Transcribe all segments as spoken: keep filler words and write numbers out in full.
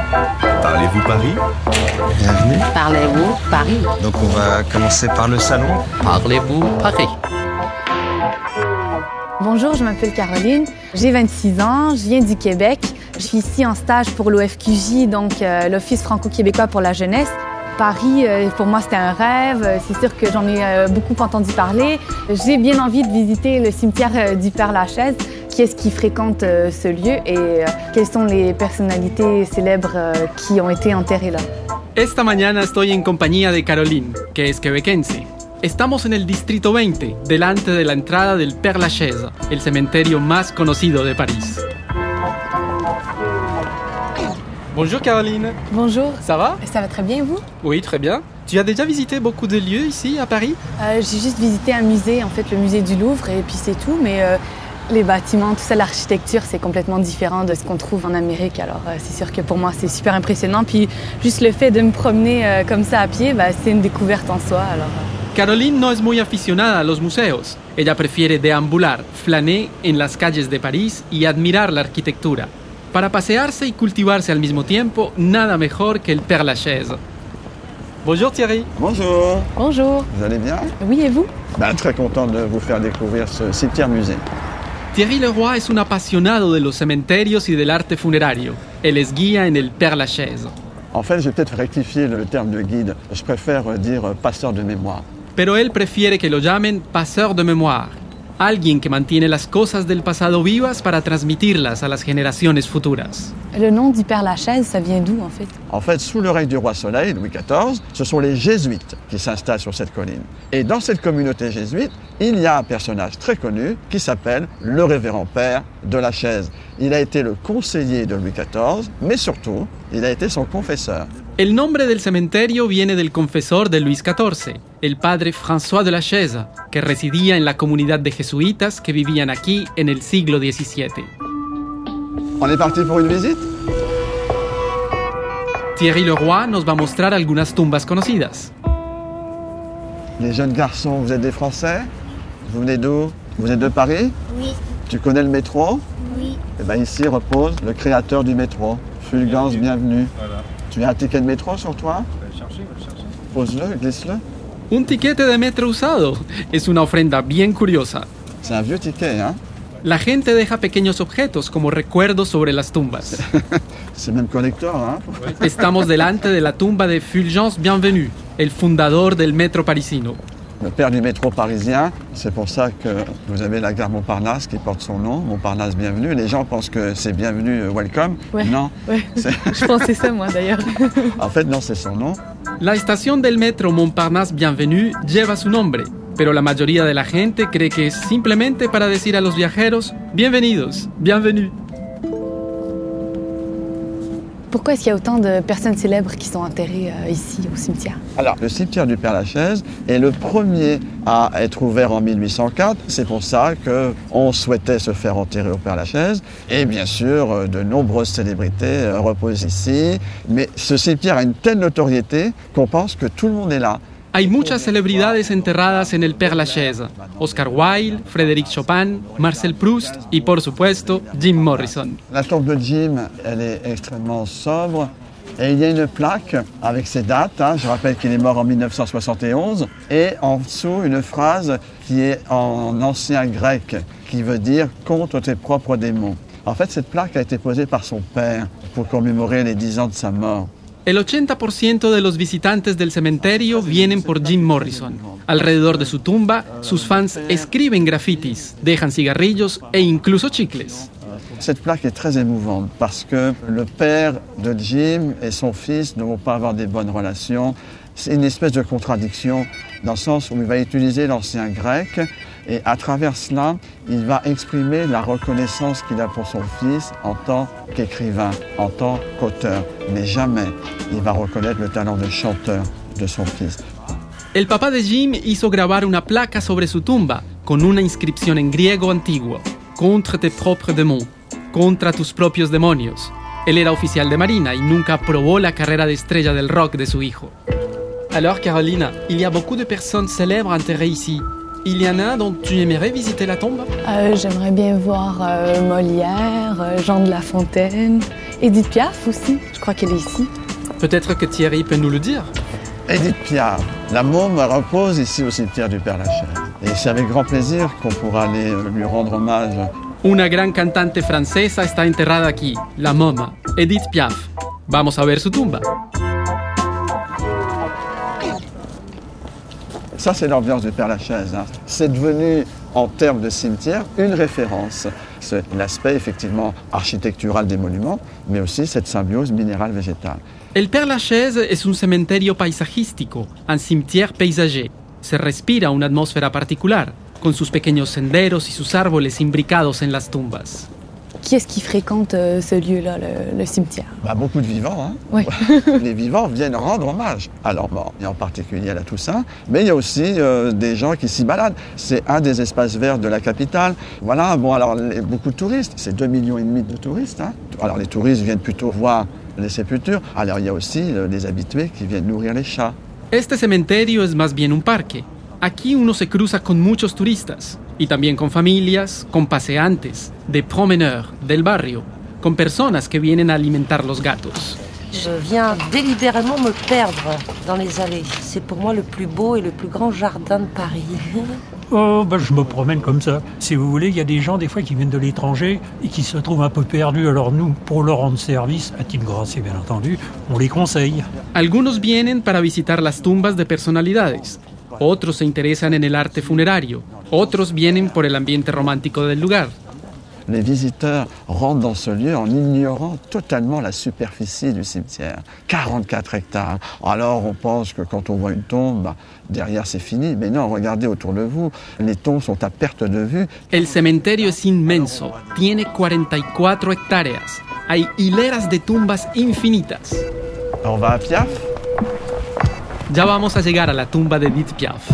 Parlez-vous Paris? Bienvenue. Parlez-vous Paris? Donc on va commencer par le salon. Parlez-vous Paris? Bonjour, je m'appelle Caroline, j'ai vingt-six ans, je viens du Québec. Je suis ici en stage pour l'O F Q J, donc euh, l'Office franco-québécois pour la jeunesse. Paris, euh, pour moi, c'était un rêve. C'est sûr que j'en ai euh, beaucoup entendu parler. J'ai bien envie de visiter le cimetière euh, du Père-Lachaise. Qui est-ce qui fréquente euh, ce lieu et euh, quelles sont les personnalités célèbres euh, qui ont été enterrées là? Esta mañana estoy en compañía de Caroline, que es quebequense. Estamos en el Distrito veinte, delante de la entrada del Père-Lachaise, el cementerio más conocido de París. Bonjour Caroline. Bonjour. Ça va? Ça va très bien, vous? Oui, très bien. Tu as déjà visité beaucoup de lieux ici à Paris? euh, J'ai juste visité un musée, en fait le musée du Louvre, et puis c'est tout, mais euh, les bâtiments, tout ça, l'architecture, c'est complètement différent de ce qu'on trouve en Amérique. Alors euh, c'est sûr que pour moi, c'est super impressionnant. Puis juste le fait de me promener euh, comme ça à pied, bah, c'est une découverte en soi. Alors, euh... Caroline no es muy aficionada a los museos. Ella prefiere deambular, flaner en las calles de París y admirar la arquitectura. Para pasearse y cultivarse al mismo tiempo, nada mejor que el Père-Lachaise. Bonjour Thierry. Bonjour. Bonjour. Vous allez bien? Oui, et vous? Ben, très content de vous faire découvrir ce cimetière-musée. Thierry Leroy es un apasionado de los cementerios y del arte funerario. Él es guía en el Père-Lachaise. En fait, je vais peut-être rectifier le terme de guide. Je préfère dire passeur de mémoire. Pero él prefiere que lo llamen paseur de mémoire. Alguien que mantiene las cosas del pasado vivas para transmitirlas a las generaciones futuras. Le nom du Père-Lachaise, ça vient d'où en fait? En fait, sous le règne du roi Soleil, Louis quatorze, ce sont les jésuites qui s'installent sur cette colline. Et dans cette communauté jésuite, il y a un personnage très connu qui s'appelle le révérend Père de Lachaise. Il a été le conseiller de Louis quatorze, mais surtout, il a été son confesseur. El nombre del cementerio viene del confesor de Luis catorce, el padre François de Lachaise, que residía en la comunidad de jesuitas que vivían aquí en el siglo diecisiete. On est parti pour une visite? Thierry Leroy nos va a mostrar algunas tumbas conocidas. Les jeunes garçons, vous êtes des Français? Vous venez d'où? Vous êtes de Paris? Oui. Tu connais le métro? Oui. Eh bien ici repose le créateur du métro, Fulgence Bienvenue. Voilà. Tu as un ticket de métro sur toi? Va le chercher, va le chercher. Pose-le, glisse-le. Un tiquete de metro usado. Es una ofrenda bien curiosa. C'est un vieux ticket, hein? La gente deja pequeños objetos como recuerdos sobre las tumbas. C'est même collector, hein? Estamos delante de la tumba de Fulgence Bienvenue, el fundador del metro parisino. Le père du métro parisien, c'est pour ça que vous avez la gare Montparnasse qui porte son nom, Montparnasse Bienvenue. Les gens pensent que c'est Bienvenue, welcome. Ouais. Non. Ouais. Je pensais ça moi d'ailleurs. En fait, non, c'est son nom. La estación del metro Montparnasse Bienvenue lleva su nombre, pero la mayoría de la gente cree que es simplemente para decir a los viajeros bienvenidos, bienvenue. Pourquoi est-ce qu'il y a autant de personnes célèbres qui sont enterrées euh, ici au cimetière? Alors, le cimetière du Père-Lachaise est le premier à être ouvert en mille huit cent quatre. C'est pour ça qu'on souhaitait se faire enterrer au Père-Lachaise. Et bien sûr, de nombreuses célébrités reposent ici. Mais ce cimetière a une telle notoriété qu'on pense que tout le monde est là. Hay muchas celebridades enterradas en el Père-Lachaise. Oscar Wilde, Frédéric Chopin, Marcel Proust y, por supuesto, Jim Morrison. La tombe de Jim, elle est extrêmement sobre. Et il y a une plaque avec ses dates. Hein. Je rappelle qu'il est mort en mille neuf cent soixante et onze. Et en dessous, une phrase qui est en ancien grec, qui veut dire « contre tes propres démons ». En fait, cette plaque a été posée par son père pour commémorer les dix ans de sa mort. El ochenta por ciento de los visitantes del cementerio vienen por Jim Morrison. Alrededor de su tumba, sus fans escriben grafitis, dejan cigarrillos e incluso chicles. Cette plaque est très émouvante parce que le père de Jim et son fils ne vont pas avoir des bonnes relations. C'est une espèce de contradiction dans le sens où il va utiliser l'ancien grec et à travers cela, il va exprimer la reconnaissance qu'il a pour son fils en tant qu'écrivain, en tant qu'auteur. Mais jamais il va reconnaître le talent de chanteur de son fils. El papá de Jim hizo grabar una placa sobre su tumba con una inscripción en griego antiguo. Contre tes propres démons. Contra tus propios demonios. Él era oficial de marina y nunca aprobó la carrera de estrella del rock de su hijo. Alors Carolina, il y a beaucoup de personnes célèbres enterrées ici. il y en a dont tu aimerais visiter la tombe? Euh, j'aimerais bien voir euh, Molière, euh, Jean de La Fontaine, Édith Piaf aussi, je crois qu'elle est ici. Peut-être que Thierry peut nous le dire. Edith Piaf, la môme repose ici au cimetière du Père-Lachaise. Et c'est avec grand plaisir qu'on pourra aller lui rendre hommage. Una gran cantante francesa está enterrada aquí, la Moma, Edith Piaf. Vamos a ver su tumba. Ça, c'est l'ambiance du Père-Lachaise. Hein. C'est devenu, en termes de cimetière, une référence. C'est l'aspect, effectivement, architectural des monuments, mais aussi cette symbiose minérale-végétale. El Père-Lachaise es un cementerio paisajístico, un cimetière paysager. Se respira una atmósfera particular, con sus pequeños senderos y sus árboles imbricados en las tumbas. Qui est-ce qui fréquente euh, ce lieu-là, le, le cimetière? Bah, beaucoup de vivants. Hein. Oui. Les vivants viennent rendre hommage à leurs morts, et en particulier à la Toussaint. Mais il y a aussi euh, des gens qui s'y baladent. C'est un des espaces verts de la capitale. Voilà, bon, alors les, beaucoup de touristes. C'est deux millions et demi de touristes. Hein. Alors les touristes viennent plutôt voir les sépultures. Alors il y a aussi euh, les habitués qui viennent nourrir les chats. Este cementerio es más bien un parque. Aquí uno se cruza con muchos turistas, y también con familias, con paseantes, de promeneurs, del barrio, con personas que vienen a alimentar los gatos. Je viens délibérément me perdre dans les allées. C'est pour moi le plus beau et le plus grand jardin de Paris. Oh, ben je me promène comme ça. Si vous voulez, il y a des gens des fois qui viennent de l'étranger et qui se trouvent un peu perdus. Alors nous, pour leur rendre service, à titre gracieux bien entendu, on les conseille. Algunos vienen para visitar las tumbas de personalidades. Otros se interesan en el arte funerario. Otros vienen por el ambiente romántico del lugar. Les visiteurs rentrent dans ce lieu en ignorant totalement la superficie du cimetière. quarante-quatre hectares. Alors on pense que quand on voit une tombe, bah, derrière c'est fini. Mais non, regardez autour de vous, les tombes sont à perte de vue. El cementerio es inmenso. Tiene cuarenta y cuatro hectáreas. Hay hileras de tumbas infinitas. On va à Piaf. Ya vamos a llegar a la tumba de Edith Piaf.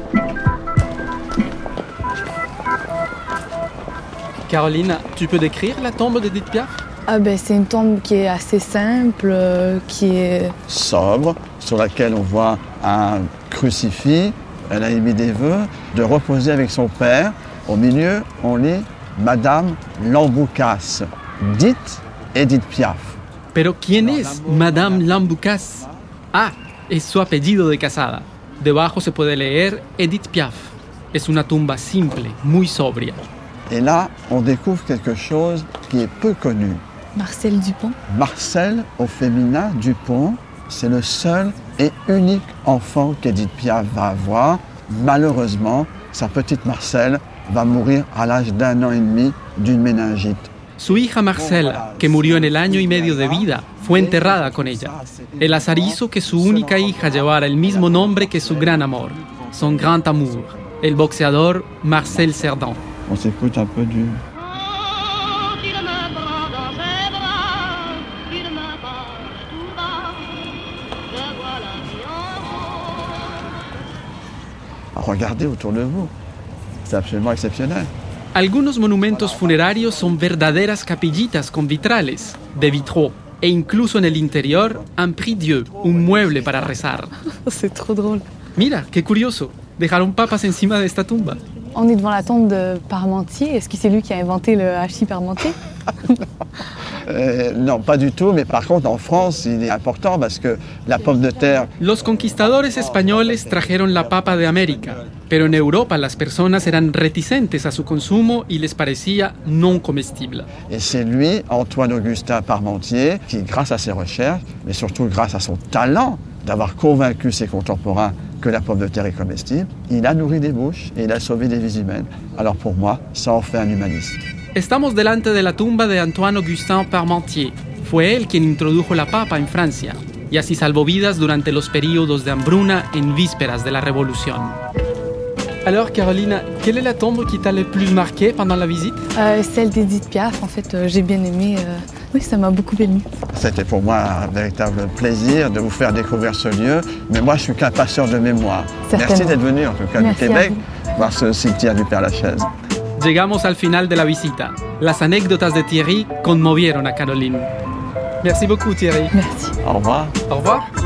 Caroline, tu peux décrire la tombe d'Edith Piaf? Ah ben, c'est une tombe qui est assez simple, euh, qui est... sobre, sur laquelle on voit un crucifix. Elle a émis des vœux de reposer avec son père. Au milieu, on lit Madame Lamboucas, dite Edith Piaf. Pero ¿quién es Madame Lamboucas? Ah, es su apellido de casada. Debajo se puede leer Edith Piaf. Es una tumba simple, muy sobria. Et là, on découvre quelque chose qui est peu connu. Marcel Dupont. Marcel, au féminin, Dupont, c'est le seul et unique enfant qu'Edith Piaf va avoir. Malheureusement, sa petite Marcelle va mourir à l'âge d'un an et demi d'une méningite. Su hija Marcela, que murió en el año y medio de vida, fue enterrada con ella. El azar hizo que su única hija llevara el mismo nombre que su gran amor, son grand amour, el boxeador Marcel Cerdan. On s'écoute un peu du... Regardez autour de vous, c'est absolument exceptionnel. Algunos monumentos funerarios son verdaderas capillitas con vitrales, de vitraux, e incluso en el interior, un prie-dieu, un mueble para rezar. C'est trop drôle. Mira, qué curioso, dejaron papas encima de esta tumba. On est devant la tombe de Parmentier. Est-ce que c'est lui qui a inventé le hachis Parmentier? euh, Non, pas du tout, mais par contre en France, il est important parce que la pomme de terre... Los conquistadores españoles trajeron la papa de América, pero en Europa las personas eran reticentes a su consumo y les parecía non comestible. Et c'est lui, Antoine-Augustin Parmentier, qui, grâce à ses recherches, mais surtout grâce à son talent d'avoir convaincu ses contemporains que la pomme de terre est comestible, il a nourri des bouches et il a sauvé des vies humaines. Alors pour moi, ça en fait un humaniste. Estamos delante de la tumba de Antoine-Augustin Parmentier. Fue él quien introdujo la papa en Francia y así salvó vidas durante los períodos de hambruna en vísperas de la Revolución. Alors Caroline, quelle est la tombe qui t'a le plus marqué pendant la visite? euh, Celle d'Edith Piaf, en fait, euh, j'ai bien aimé. Euh... Oui, ça m'a beaucoup ému. C'était pour moi un véritable plaisir de vous faire découvrir ce lieu, mais moi je suis qu'un passeur de mémoire. Merci d'être venu en tout cas Merci du Québec voir ce cimetière du Père-Lachaise. Llegamos al final de la visita. Las anécdotas de Thierry conmovieron a Caroline. Merci beaucoup Thierry. Merci. Au revoir. Au revoir.